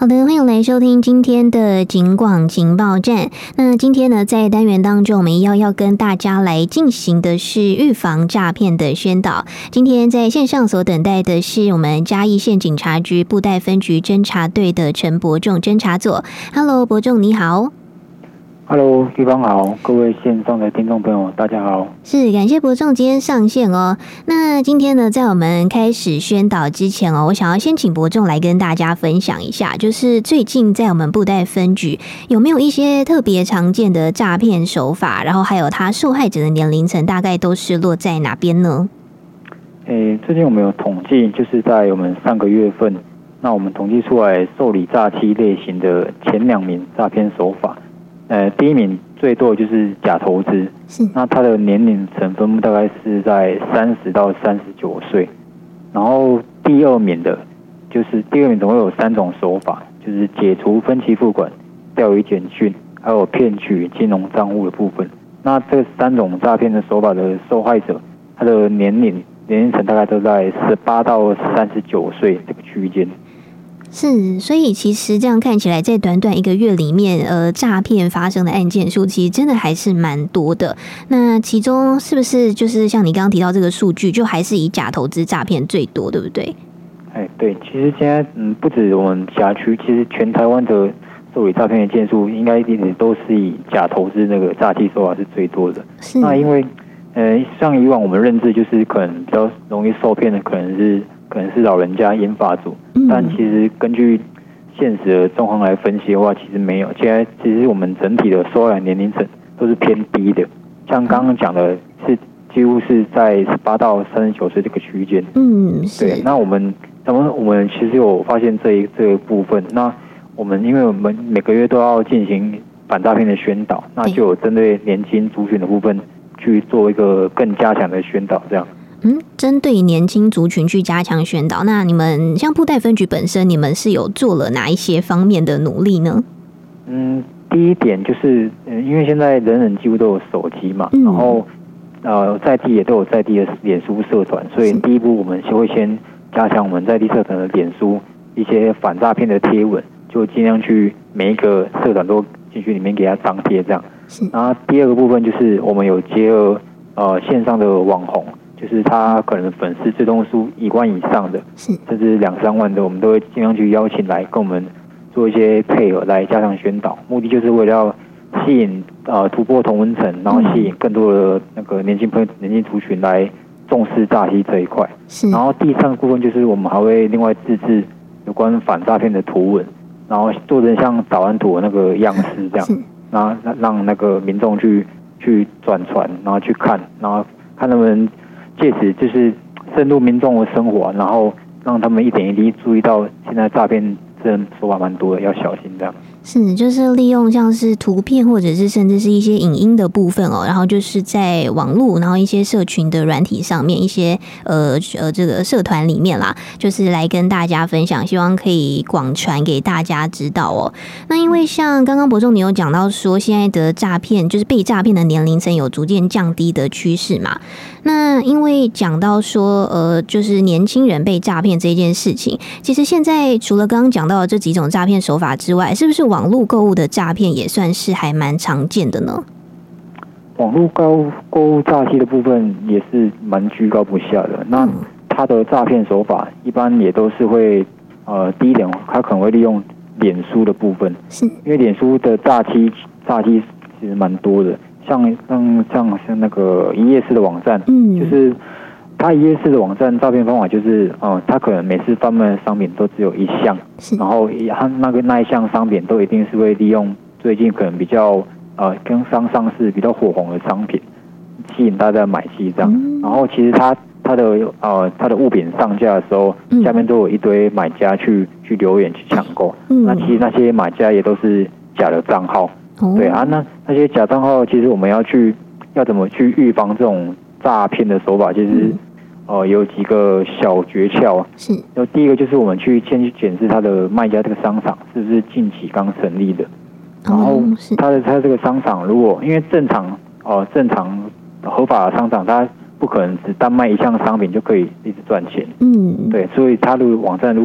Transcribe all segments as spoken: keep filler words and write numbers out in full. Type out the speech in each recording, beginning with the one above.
好的，欢迎来收听今天的警广情报站。那今天呢，在单元当中，我们要要跟大家来进行的是预防诈骗的宣导。今天在线上所等待的是我们嘉义县警察局布袋分局侦查队的陈伯仲侦查佐。Hello， 伯仲你好。 Hello， 地方好，各位线上的听众朋友，大家好。 是，感谢伯仲今天上线哦。那今天呢，在我们开始宣导之前哦，我想要先请伯仲来跟大家分享一下，就是最近在我们布袋分局有没有一些特别常见的诈骗手法，然后还有他受害者的年龄层大概都是落在哪边呢？ 诶，最近我们有统计，就是在我们上个月份，那我们统计出来受理诈欺类型的前两名诈骗手法。呃，第一名最多的就是假投资，那他的年龄层分布大概是在三十到三十九岁，然后第二名的，就是第二名总共有三种手法，就是解除分期付款、钓鱼简讯，还有骗取金融账户的部分。那这三种诈骗的手法的受害者，他的年龄年龄层大概都在十八到三十九岁这个区间。 是，所以其实这样看起来，在短短一个月里面，呃，诈骗发生的案件数其实真的还是蛮多的。那其中是不是就是像你刚刚提到这个数据，就还是以假投资诈骗最多，对不对？ 哎，对，其实现在嗯，不止我们辖区，其实全台湾的受理诈骗的件数，应该一直都是以假投资那个诈欺手法是最多的。 是。 那因为呃，像以往我们认知就是可能比较容易受骗的，可能是。可能是老人家、银发族，但其实根据现实的状况来分析的话，其实没有。现在其实我们整体的受害年龄层都是偏低的，像刚刚讲的是几乎是在十八到三十九岁这个区间。 嗯， 对。那我们咱们我们其实有发现这一这个部分。那我们因为我们每个月都要进行反诈骗的宣导，那就有针对年轻族群的部分去做一个更加强的宣导，这样。 嗯，针对年轻族群去加强宣导，那你们像布袋分局本身，你们是有做了哪一些方面的努力呢？ 嗯，第一点就是，嗯，因为现在人人几乎都有手机嘛，嗯、然后呃在地也都有在地的脸书社团，所以第一步我们就会先加强我们在地社团的脸书一些反诈骗的贴文，就尽量去每一个社团都进去里面给他张贴这样。然后第二个部分就是我们有结合呃线上的网红。就是他可能粉丝追踪数一万以上的，甚至两三万的，我们都会尽量去邀请来跟我们做一些配合，来加强宣导。目的就是为了要吸引呃突破同温层，然后吸引更多的那个年轻朋友、年轻族群来重视诈欺这一块。然后第三个部分就是我们还会另外自制有关反诈骗的图文，然后做成像早安图的那个样式这样，然后让那个民众去去转传，然后去看，然后看他们。借此就是深入民众的生活，然后让他们一点一滴注意到现在诈骗这手法蛮多的，要小心这样。 是，就是利用像是图片或者是甚至是一些影音的部分哦，然后就是在网络，然后一些社群的软体上面，一些呃呃这个社团里面啦，就是来跟大家分享，希望可以广传给大家知道哦。那因为像刚刚伯仲你有讲到说，现在的诈骗就是被诈骗的年龄层有逐渐降低的趋势嘛。那因为讲到说呃就是年轻人被诈骗这件事情，其实现在除了刚刚讲到的这几种诈骗手法之外，是不是网络购物的诈骗也算是还蛮常见的呢？ 网络购购物诈欺的部分也是蛮居高不下的。那它的诈骗手法一般也都是会呃第一点，它可能会利用脸书的部分，是因为脸书的诈欺诈欺其实蛮多的。像像像像那个一页式的网站，嗯，就是它一页式的网站诈骗方法就是，呃，它可能每次贩卖的商品都只有一项，然后它那个那一项商品都一定是会利用最近可能比较呃跟商上市比较火红的商品，吸引大家买气这样。嗯、然后其实它它的呃它的物品上架的时候，嗯、下面都有一堆买家去去留言去抢购，嗯、那其实那些买家也都是假的账号。对啊，那那些假账号，其实我们要去要怎么去预防这种诈骗的手法，其实、嗯、呃有几个小诀窍。是，就第一个就是我们去先去检视他的卖家这个商场是不是近期刚成立的，然后他的他这个商场如果因为正常哦、呃、正常合法的商场，他不可能只单卖一项商品就可以一直赚钱。嗯，对，所以他的网站如果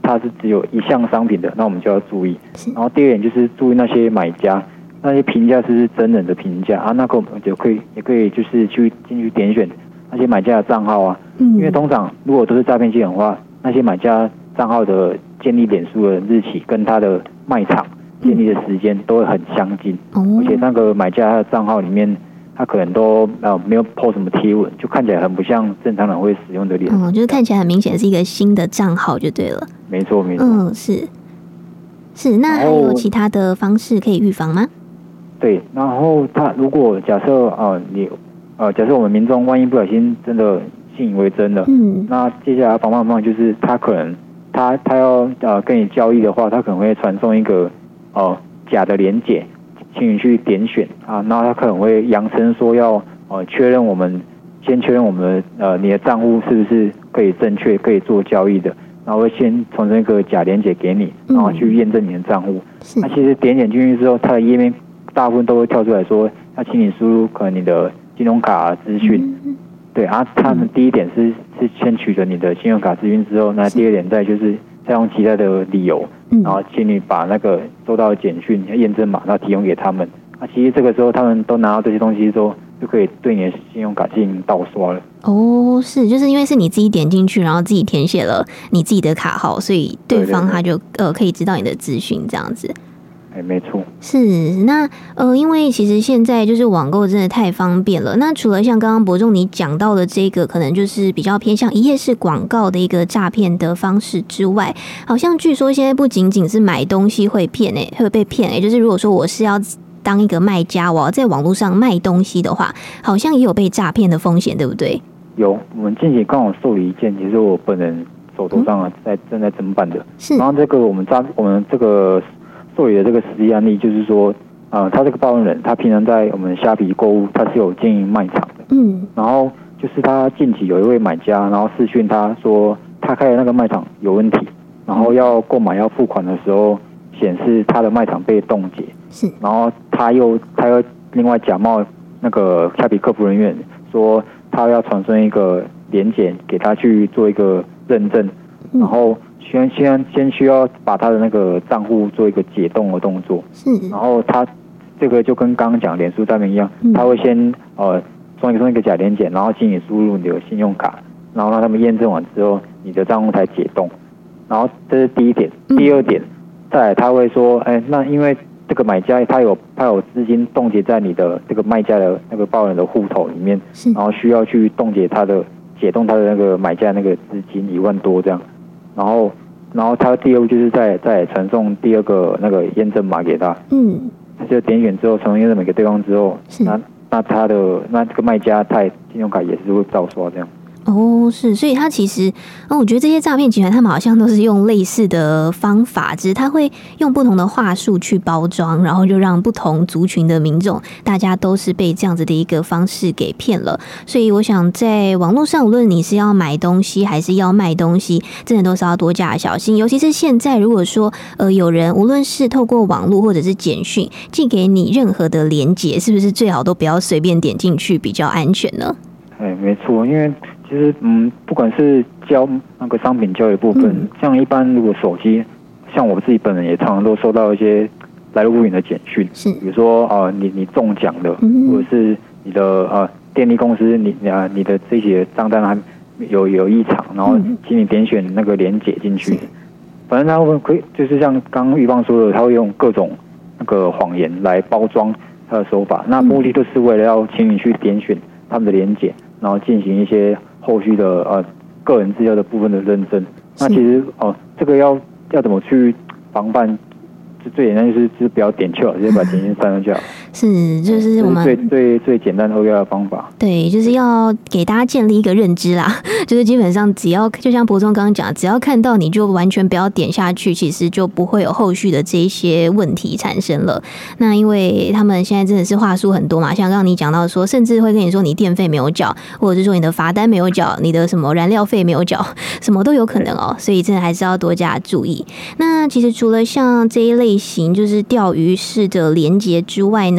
它是只有一项商品的，那我们就要注意。然后第二点就是注意那些买家，那些评价是不是真人的评价啊？那个我们就可以也可以就是去进去点选那些买家的账号啊，嗯、因为通常如果都是诈骗集团的话，那些买家账号的建立脸书的日期跟他的卖场建立的时间都会很相近，嗯、而且那个买家他的账号里面。他可能都呃没有 po 什么贴文，就看起来很不像正常人会使用的脸。 嗯，就是看起来很明显是一个新的账号就对了。 没错，没错。 嗯，是是。那还有其他的方式可以预防吗？ 对，然后他如果假设呃你呃假设我们民众万一不小心真的信以为真了，嗯，那接下来防范方法就是他可能他他要呃跟你交易的话，他可能会传送一个呃假的连结。请你去点选啊，然后他可能会扬声说要呃确认我们先确认我们的呃你的账户是不是可以正确可以做交易的，然后会先传送一个假连结给你，然后去验证你的账户。嗯、那其实点点进去之后，它的页面大部分都会跳出来说要请你输入可能你的信用卡资讯。嗯、对啊，他们第一点是是先取得你的信用卡资讯之后，那第二点再就是再用其他的理由。然后请你把那个收到的简讯验证码，然后提供给他们。那、啊、其实这个时候他们都拿到这些东西之后，就可以对你的信用卡进行盗刷了。 哦，是，就是因为是你自己点进去，然后自己填写了你自己的卡号，所以对方他就呃可以知道你的资讯这样子。 哎，没错。 是，那呃，因为其实现在就是网购真的太方便了。那除了像刚刚伯仲你讲到的这个，可能就是比较偏向一页式广告的一个诈骗的方式之外，好像据说现在不仅仅是买东西会骗诶、欸，会被骗诶、欸，就是如果说我是要当一个卖家，我要在网络上卖东西的话，好像也有被诈骗的风险，对不对？ 有，我们近期刚好受理一件，其实我本人手头上啊在正在侦办的。是。然后这个我们诈我们这个。受理的这个实际案例就是说，呃，他这个报案人，他平常在我们虾皮购物，他是有经营卖场的，嗯，然后就是他近期有一位买家，然后视讯他说他开的那个卖场有问题，然后要购买要付款的时候，显示他的卖场被冻结，是，然后他又他又另外假冒那个虾皮客服人员说他要传送一个连结给他去做一个认证，嗯、然后。先先先需要把他的那个账户做一个解冻的动作，是，然后他这个就跟刚刚讲脸书诈骗一样，嗯、他会先呃送一个送一个假连结，然后请你输入你的信用卡，然后让他们验证完之后，你的账户才解冻。然后这是第一点，第二点，再来他会说，哎，那因为这个买家他有他有资金冻结在你的这个卖家的那个报人的户头里面，然后需要去冻结他的解冻他的那个买家的那个资金一万多这样。然后，然后他第二步就是再再传送第二个那个验证码给他，嗯，他就点选之后传送验证码给对方之后，那那他的那这个卖家他信用卡也是会盗刷这样。 哦，是，所以他其实，哦，我觉得这些诈骗集团他们好像都是用类似的方法，只是他会用不同的话术去包装，然后就让不同族群的民众，大家都是被这样子的一个方式给骗了。所以我想在网络上，无论你是要买东西还是要卖东西，真的都是要多加小心。尤其是现在，如果说呃有人无论是透过网络或者是简讯寄给你任何的连结，是不是最好都不要随便点进去，比较安全呢？ 哎，没错，因为其实嗯，不管是交那个商品交易的部分，嗯、像一般如果手机，像我自己本人也常常都收到一些来路不明的简讯，是，比如说啊、呃，你你中奖了，嗯、或者是你的呃电力公司你啊你的这些账单还有有异常，然后请你点选那个连结进去，反正他会可以就是像刚刚玉芳说的，他会用各种那个谎言来包装他的手法，那目的就是为了要请你去点选他们的连结。然后进行一些后续的呃个人资料的部分的认证。那其实哦、呃，这个要要怎么去防范？最简单就是就是不要点就好，直接把简讯删了就好。 是，就是我们最最最简单扼要的方法。 对，就是要给大家建立一个认知啦，就是基本上只要就像伯仲刚刚讲，只要看到你就完全不要点下去，其实就不会有后续的这一些问题产生了。那因为他们现在真的是话术很多嘛，像刚刚你讲到说，甚至会跟你说你电费没有缴，或者是说你的罚单没有缴，你的什么燃料费没有缴，什么都有可能哦。所以真的还是要多加注意。那其实除了像这一类型就是钓鱼式的连结之外呢，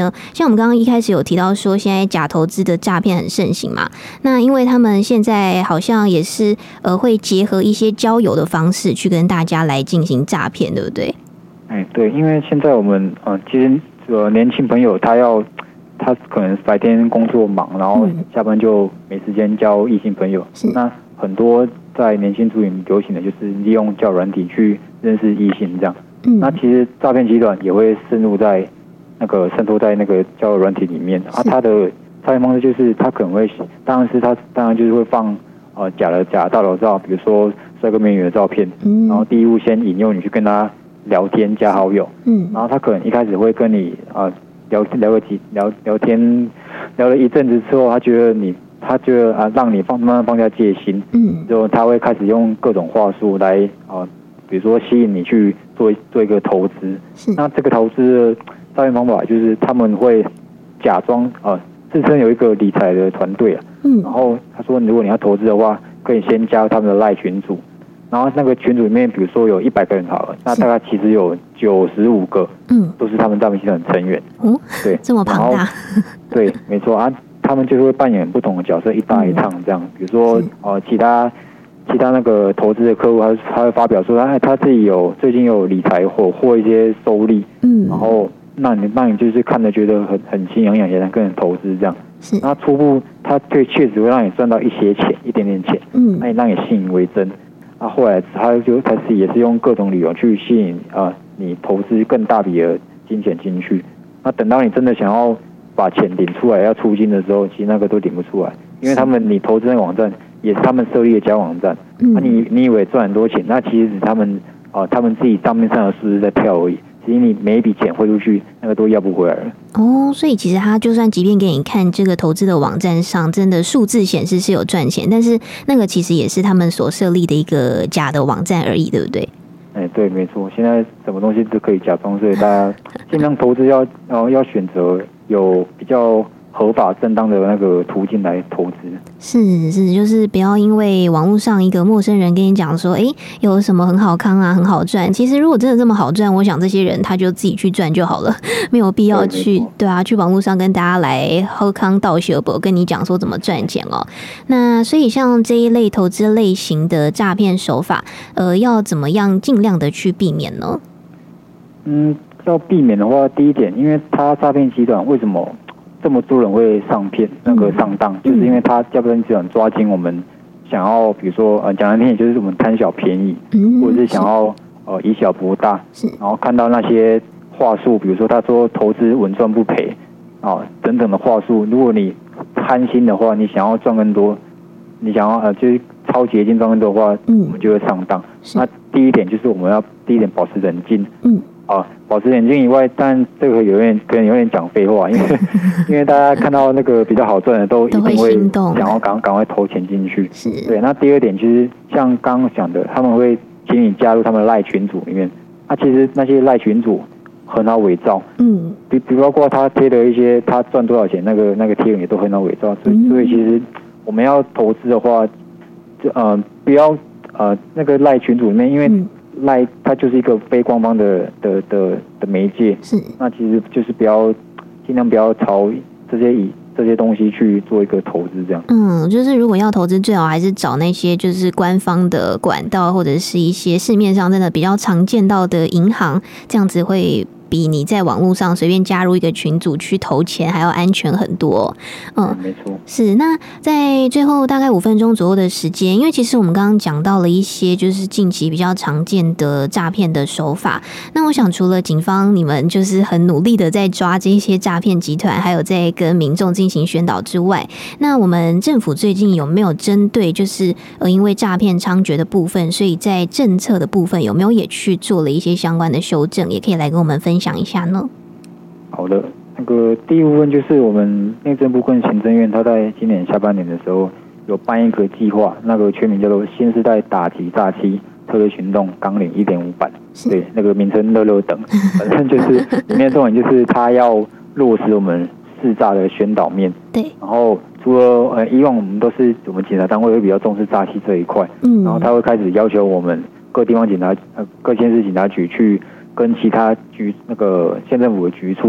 呢？像我们刚刚一开始有提到说，现在假投资的诈骗很盛行嘛，那因为他们现在好像也是呃会结合一些交友的方式去跟大家来进行诈骗，对不对？ 哎，对，因为现在我们呃，其实呃年轻朋友他要他可能白天工作忙，然后下班就没时间交异性朋友， 嗯、 那很多在年轻族群流行的就是利用交友软体去认识异性这样。嗯、那其实诈骗集团也会深入在那个渗透在那个交友软体里面啊，他的诈骗方式就是他可能会，当然是他当然就是会放呃假的假的大头照，比如说帅哥美女的照片，嗯、然后第一步先引诱你去跟他聊天加好友，嗯，然后他可能一开始会跟你啊、呃、聊聊个几聊聊天聊了一阵子之后，他觉得你他觉得啊让你放慢慢放下戒心，嗯，之后他会开始用各种话术来啊。呃比如说吸引你去做做一个投资，那这个投资的诈骗方法就是他们会假装呃自称有一个理财的团队啊，嗯，然后他说如果你要投资的话，可以先加入他们的赖群组，然后那个群组里面比如说有一百个人好了，那大概其实有九十五个，嗯，都是他们诈骗集团成员，哦，对， 这么庞大， 对，没错啊，他们就会扮演不同的角色，一搭一唱这样，比如说呃其他。其他那个投资的客户，他他会发表说，他他自己有最近有理财或或一些收益，嗯，然后让你让你就是看着觉得很很心痒痒，也想跟人投资这样。是，那初步他对确实会让你赚到一些钱，一点点钱，嗯，那也让你信以为真。那后来他就开始也是用各种理由去吸引啊、呃、你投资更大笔的金钱进去。那等到你真的想要把钱领出来要出金的时候，其实那个都领不出来，因为他们你投资那个网站。也是他们设立的交网站，嗯，那、啊、你你以为赚很多钱，那其实是他们啊、呃，他们自己账面上的数字在跳而已。其实你每一笔钱汇出去，那个都要不回来了。 哦，所以其实他就算即便给你看这个投资的网站上，真的数字显示是有赚钱，但是那个其实也是他们所设立的一个假的网站而已，对不对？ 哎，对，没错。现在什么东西都可以假装，所以大家尽量投资要要要选择有比较合法正当的那个途径来投资。 是是，就是不要因为网络上一个陌生人跟你讲说，哎，有什么很好康啊，很好赚。其实如果真的这么好赚，我想这些人他就自己去赚就好了，没有必要去 对, 对啊，去网络上跟大家来喝康道学博，跟你讲说怎么赚钱哦。那所以像这一类投资类型的诈骗手法，呃，要怎么样尽量的去避免呢？ 嗯，要避免的话，第一点，因为他诈骗集团为什么这么多人会上骗那个上当，嗯、就是因为他诈骗集团抓紧我们想要，比如说呃讲难听点，就是我们贪小便宜，嗯、或者是想要呃以小博大，然后看到那些话术，比如说他说投资稳赚不赔啊等等的话术，如果你贪心的话，你想要赚更多，你想要呃就是超捷径赚更多的话，嗯、我们就会上当。那第一点就是我们要第一点保持冷静，嗯。啊，保持冷静以外，但这个有点可能有点讲废话，因为因为大家看到那个比较好赚的，都一定会想要赶赶快投钱进去。是，对。那第二点，其实像刚刚讲的，他们会请你加入他们的赖群组里面。那、啊、其实那些赖群组很好伪造，嗯，比比包括他贴的一些他赚多少钱，那个那个贴文也都很好伪造。所以所以其实我们要投资的话，就呃不要呃那个赖群组里面，因为。嗯赖它就是一个非官方的的的的媒介，是那其实就是不要尽量不要朝这些以这些东西去做一个投资，这样。 嗯，就是如果要投资，最好还是找那些就是官方的管道，或者是一些市面上真的比较常见到的银行，这样子会比你在网络上随便加入一个群组去投钱还要安全很多。 嗯，没错。 是，那在最后大概五分钟左右的时间，因为其实我们刚刚讲到了一些就是近期比较常见的诈骗的手法。那我想除了警方你们就是很努力的在抓这些诈骗集团，还有在跟民众进行宣导之外，那我们政府最近有没有针对就是呃因为诈骗猖獗的部分，所以在政策的部分有没有也去做了一些相关的修正，也可以来跟我们分享讲一下呢？ 好的，那个第一部分就是我们内政部跟行政院，他在今年下半年的时候有办一个计划，那个全名叫做“新世代打击诈欺策略行动纲领一点五版”，对，那个名称乐乐等，反正就是里面重点就是他要落实我们识诈的宣导面。对，然后除了呃以往我们都是我们警察单位会比较重视诈欺这一块，嗯，然后他会开始要求我们各地方警察呃各县市警察局去。跟其他局那个县政府的局处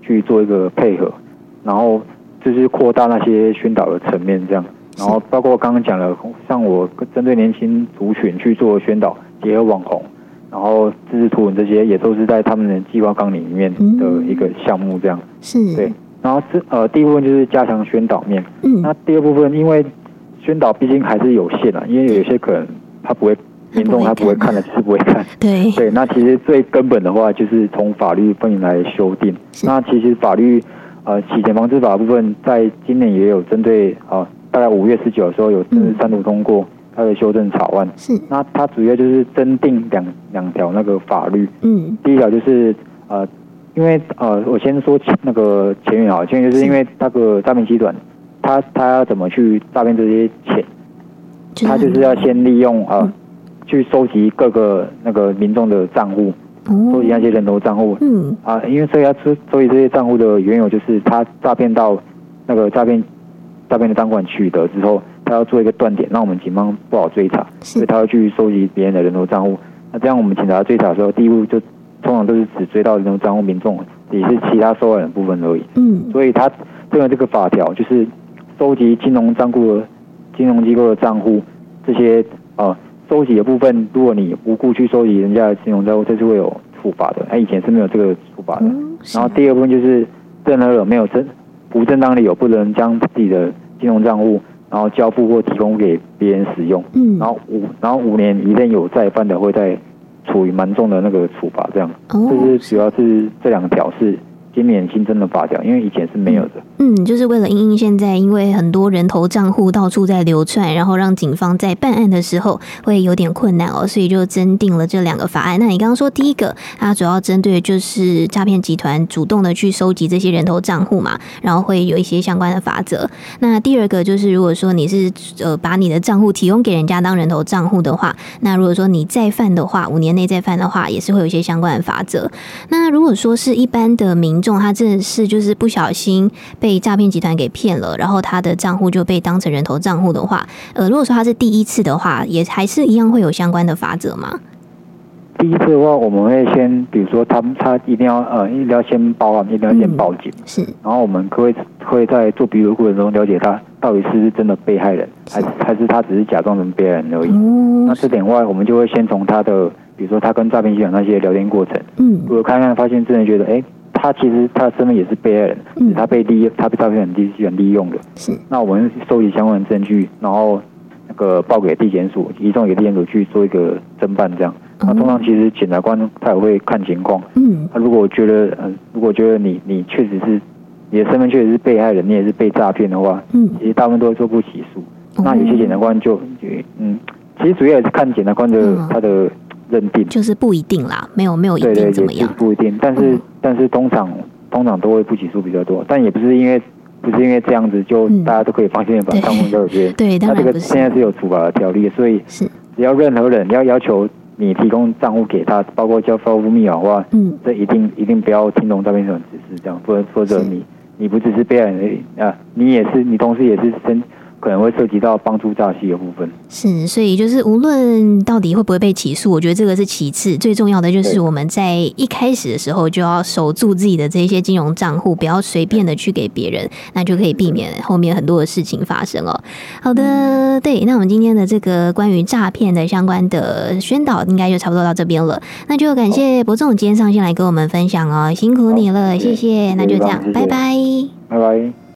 去做一个配合，然后就是扩大那些宣导的层面这样。然后包括刚刚讲了，像我针对年轻族群去做宣导，结合网红，然后自制图文这些，也都是在他们的计划纲领里面的一个项目这样。 是， 对。然后这呃第一部分就是加强宣导面， 嗯， 那第二部分因为宣导毕竟还是有限啊，因为有些可能他不会，民众他不会看的，就是不会看。 对对，那其实最根本的话就是从法律方面来修订。那其实法律呃洗钱防治法部分，在今年也有针对啊。呃大概五月十九的时候有正式三读通过它的修正草案。 是， 那它主要就是增订两两条那个法律。 嗯， 第一条就是呃，因为呃，我先说那个前缘好，前缘就是因为那个诈骗集团，他他要怎么去诈骗这些钱，他就是要先利用呃、嗯、去收集各个那个民众的账户。收集那些人头账户，嗯啊，因为所以要收收集这些账户的缘由就是他诈骗到那个诈骗。诈骗的赃款取得之后，他要做一个断点，让我们警方不好追查，所以他要去收集别人的人头账户。那这样我们警察追查的时候，第一步就通常都是只追到人头账户民众，也是其他受害人的部分而已。嗯，所以他这个这个法条就是收集金融账户的金融机构的账户，这些呃收集的部分，如果你无故去收集人家的金融账户，这是会有处罚的。哎，以前是没有这个处罚的。嗯、然后第二部分就是任何人没有真不正当理由不能将自己的金融账户，然后交付或提供给别人使用，嗯，然后五然后五年以内有再犯的，会再处于蛮重的那个处罚，这样，哦，这是主要是这两条是今年新增的法条，因为以前是没有的。 嗯，就是为了因应现在因为很多人头账户到处在流窜，然后让警方在办案的时候会有点困难哦，所以就增订了这两个法案。那你刚刚说第一个，它主要针对就是诈骗集团主动的去收集这些人头账户嘛，然后会有一些相关的法则。那第二个就是如果说你是呃把你的账户提供给人家当人头账户的话，那如果说你再犯的话，五年内再犯的话，也是会有一些相关的法则。那如果说是一般的民众，他真的是就是不小心被诈骗集团给骗了，然后他的账户就被当成人头账户的话，呃，如果说他是第一次的话，也还是一样会有相关的法则吗？ 第一次的话，我们会先，比如说他他一定要呃，一定要先报案，一定要先报警，嗯、是。然后我们会会在做笔录过程中了解他到底是不是真的被害人，还是还是他只是假装成被害人而已。哦、那这点外，我们就会先从他的，比如说他跟诈骗集团那些聊天过程，嗯，如果看看发现真的觉得，哎、欸。他其实他的身份也是被害人，嗯、他被利他被诈骗集团利用的。是，那我们收集相关的证据，然后那个报给地检署，移送给地检署去做一个侦办，这样。嗯、那通常其实检察官他也会看情况，嗯，他如果觉得，嗯、呃，如果觉得你你确实是你的身份确实是被害人，你也是被诈骗的话，嗯，其实大部分都会做不起诉。嗯、那有些检察官就，嗯，其实主要也是看检察官的、嗯、他的。认定就是不一定啦，没有没有一定怎么样， 对对对，不一定。但是、嗯、但是通常通常都会不起诉比较多，但也不是因为不是因为这样子就大家都可以放心的把账户交给别人。 对，当然不是。 那这个现在是有处罚的条例，所以是只要任何人要要求你提供账户给他，包括交付密码的话，嗯，这一定一定不要听从诈骗集团指示，这样，否则否则你你不只是被害人而已啊，你也是你同时也是身。可能会涉及到帮助诈欺的部分， 是，所以就是无论到底会不会被起诉，我觉得这个是其次，最重要的就是我们在一开始的时候就要守住自己的这些金融账户，不要随便的去给别人，那就可以避免后面很多的事情发生哦。好的，对，那我们今天的这个关于诈骗的相关的宣导，应该就差不多到这边了。那就感谢柏仲今天上线来跟我们分享哦，辛苦你了，谢谢。那就这样，拜拜， 拜拜。